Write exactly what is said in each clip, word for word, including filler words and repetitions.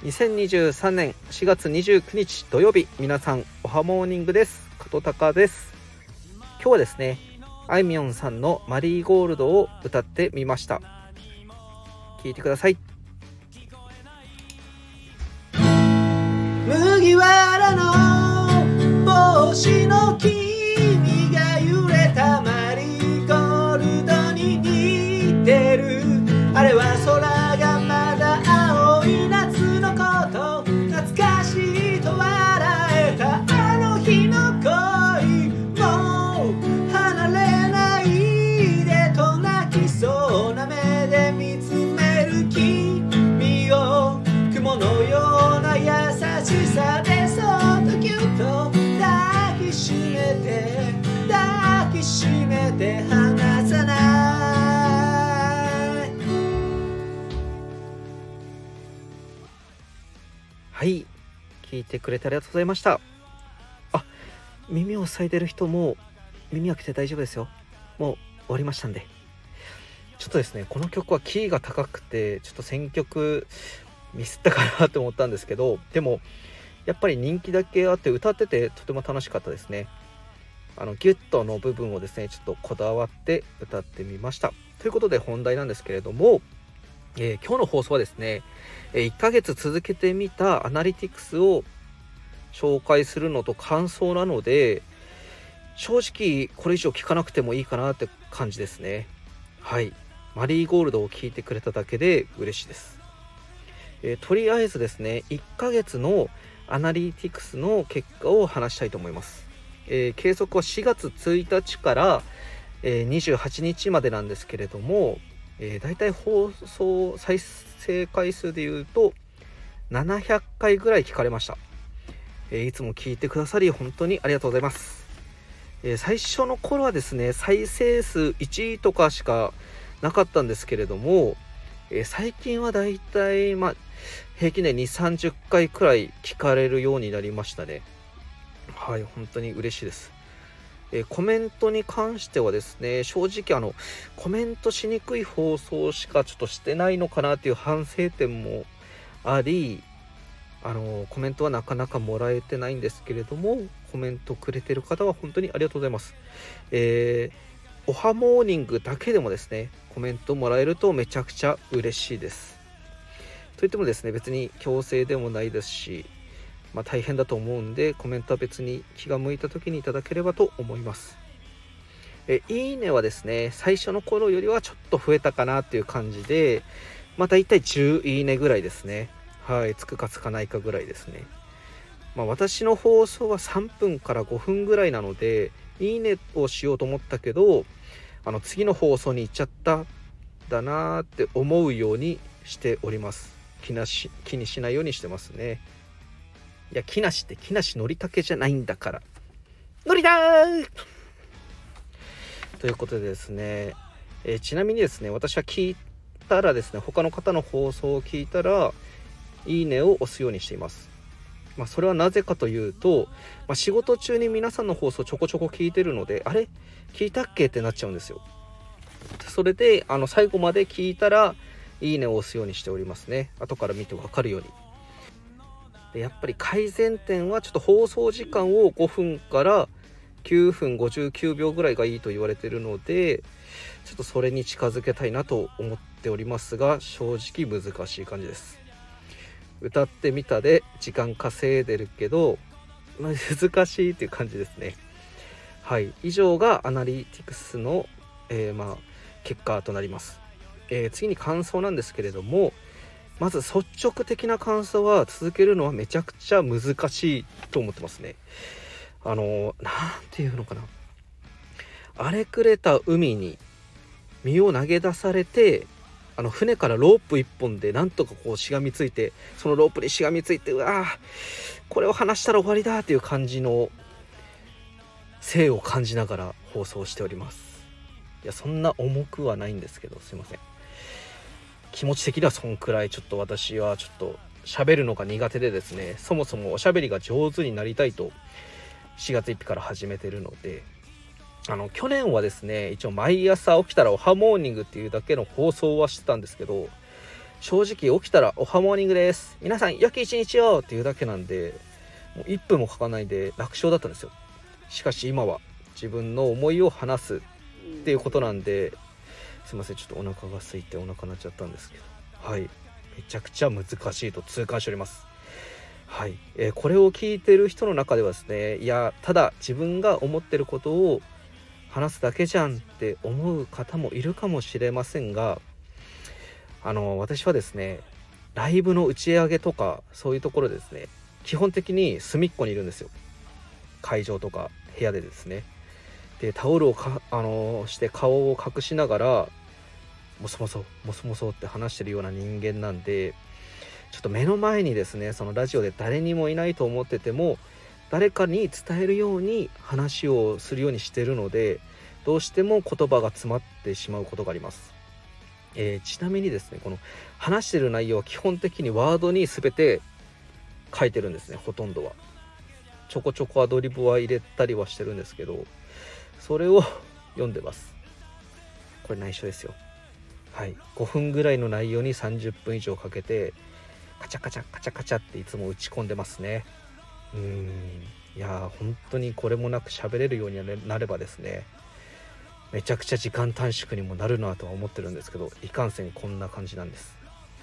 にせんにじゅうさんねんしがつにじゅうくにち土曜日、皆さんおはモーニングです。加藤隆です。今日はですね、あいみょんさんのマリーゴールドを歌ってみました。聞いてください。 麦わらの帽子の君が揺れたマリーゴールドに似てる。あれは空がまだ青い夏のこと、懐かしいと笑えたあの日の恋、もう離れないでと泣きそうな目で見つめる君を、雲のような優しさでそっとぎゅっと抱きしめて抱きしめて離さない。 はい、聞いてくれてありがとうございました。あ、耳を塞いでる人も耳開けて大丈夫ですよ。もう終わりましたんで。ちょっとですね、この曲はキーが高くてちょっと選曲ミスったかなと思ったんですけど、でもやっぱり人気だけあって歌っててとても楽しかったですね。あのギュッとの部分をですねちょっとこだわって歌ってみました。ということで本題なんですけれども、えー、今日の放送はですね、いっかげつ続けてみたアナリティクスを紹介するのと感想なので、正直これ以上聞かなくてもいいかなって感じですね。はい、マリーゴールドを聞いてくれただけで嬉しいです。えー、とりあえずですね、いっかげつのアナリティクスの結果を話したいと思います。えー、計測はしがつついたちから、えー、にじゅうはちにちまでなんですけれども、えー、だいたい放送再生回数でいうとななひゃっかいぐらい聞かれました。えー、いつも聞いてくださり本当にありがとうございます。えー、最初の頃はですね、再生数いちいとかしかなかったんですけれども、えー、最近はだいたい、まあ、平均でにじゅう、さんじゅっかいくらい聞かれるようになりましたね。はい、本当に嬉しいです。えー、コメントに関してはですね、正直あのコメントしにくい放送しかちょっとしてないのかなという反省点もあり、あのコメントはなかなかもらえてないんですけれども、コメントくれてる方は本当にありがとうございます。えー、おはモーニングだけでもですね、コメントもらえるとめちゃくちゃ嬉しいです。といってもですね、別に強制でもないですし、まあ、大変だと思うんで、コメントは別に気が向いた時にいただければと思います。えいいねはですね、最初の頃よりはちょっと増えたかなっていう感じで、まあ、だいたいじゅういいねぐらいですね。はい、つくかつかないかぐらいですね。まあ、私の放送はさんぷんからごふんぐらいなので、いいねをしようと思ったけど、あの次の放送に行っちゃっただなーって思うようにしております。気なし気にしないようにしてますね。いや、木梨って木梨憲武じゃないんだから。のりだーということでですね、えー、ちなみにですね、私は聞いたらですね、他の方の放送を聞いたらいいねを押すようにしています。まあ、それはなぜかというと、まあ、仕事中に皆さんの放送ちょこちょこ聞いてるので、あれ聞いたっけってなっちゃうんですよ。それであの最後まで聞いたらいいねを押すようにしておりますね。後から見て分かるように。でやっぱり改善点はちょっと放送時間をごふんからきゅうふんごじゅうきゅうびょうぐらいがいいと言われているので、ちょっとそれに近づけたいなと思っておりますが、正直難しい感じです。歌ってみたで時間稼いでるけど難しいっていう感じですね。はい、以上がアナリティクスの、えー、まあ結果となります。えー、次に感想なんですけれども、まず率直的な感想は、続けるのはめちゃくちゃ難しいと思ってますね。あのなんていうのかな、荒れくれた海に身を投げ出されて、あの船からロープ一本でなんとかこうしがみついて、そのロープにしがみついて、うわーこれを離したら終わりだっていう感じの生を感じながら放送しております。いや、そんな重くはないんですけど、すいません。気持ち的にはそんくらい、ちょっと私はちょっと喋るのが苦手でですね、そもそもおしゃべりが上手になりたいとしがつついたちから始めてるので、あの去年はですね、一応毎朝起きたらおはモーニングっていうだけの放送はしてたんですけど、 正直起きたらおはモーニングです、皆さん良き一日をっていうだけなんで、もういっぷんもかかないで楽勝だったんですよ。しかし今は自分の思いを話すっていうことなんで、すいません、ちょっとお腹が空いてお腹鳴っちゃったんですけど、はい、めちゃくちゃ難しいと痛感しております。はい、えー、これを聞いてる人の中ではですね、いやただ自分が思ってることを話すだけじゃんって思う方もいるかもしれませんが、あの私はですね、ライブの打ち上げとかそういうところでですね、基本的に隅っこにいるんですよ。会場とか部屋でですね。でタオルをか、あのして顔を隠しながらもそもそもそもそって話してるような人間なんで、ちょっと目の前にですね、そのラジオで誰にもいないと思ってても誰かに伝えるように話をするようにしてるので、どうしても言葉が詰まってしまうことがあります。えー、ちなみにですね、この話してる内容は基本的にワードに全て書いてるんですね。ほとんどはちょこちょこアドリブは入れたりはしてるんですけど、それを読んでます。これ内緒ですよ。はい、ごふんぐらいの内容にさんじゅっぷん以上かけてカチャカチャカチャカチャっていつも打ち込んでますね。うーん、いや本当にこれもなく喋れるようになればですね、めちゃくちゃ時間短縮にもなるなとは思ってるんですけど、いかんせんこんな感じなんです。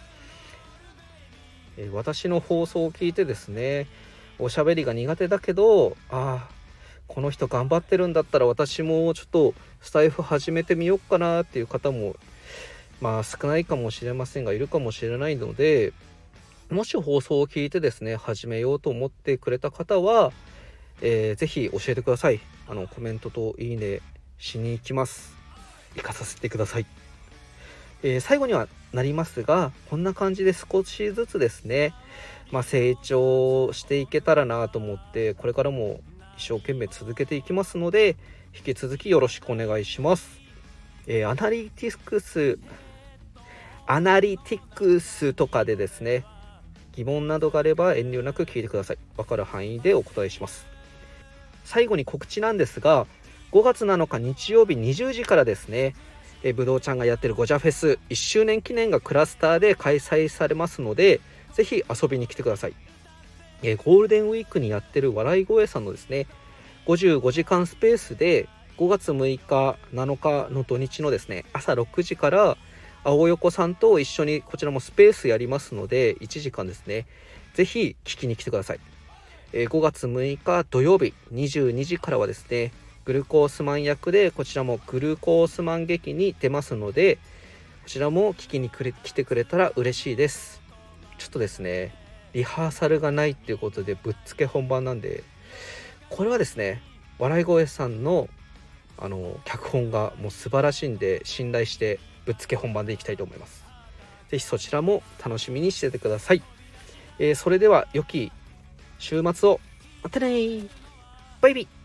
えー、私の放送を聞いてですね、おしゃべりが苦手だけど、ああこの人頑張ってるんだったら私もちょっとスタイフ始めてみようかなっていう方もまあ少ないかもしれませんがいるかもしれないので、もし放送を聞いてですね始めようと思ってくれた方は、えー、ぜひ教えてください。あのコメントといいねしに行きます。行かさせてください。えー、最後にはなりますが、こんな感じで少しずつですね、まあ、成長していけたらなと思って、これからも一生懸命続けていきますので、引き続きよろしくお願いします。えー、アナリティクスアナリティクスとかでですね、疑問などがあれば遠慮なく聞いてください。わかる範囲でお答えします。最後に告知なんですが、ごがつなのか日曜日にじゅうじからですね、えー、ぶどうちゃんがやってるゴジャフェスいっしゅうねん記念がクラスターで開催されますので、ぜひ遊びに来てください。えー、ゴールデンウィークにやってる笑い声さんのですね、ごじゅうごじかんスペースでごがつむいかなのかの土日のですね、朝ろくじから青横さんと一緒にこちらもスペースやりますので、いちじかんですね、ぜひ聞きに来てください。えー、ごがつむいか土曜日にじゅうにじからはですね、グルコースマン役でこちらもグルコースマン劇に出ますので、こちらも聞きにくれ来てくれたら嬉しいです。ちょっとですね、リハーサルがないっていうことでぶっつけ本番なんで、これはですね、笑い声さんのあの脚本がもう素晴らしいんで、信頼してぶっつけ本番でいきたいと思います。ぜひそちらも楽しみにしててください。えー、それでは良き週末を。またねー。バイビー。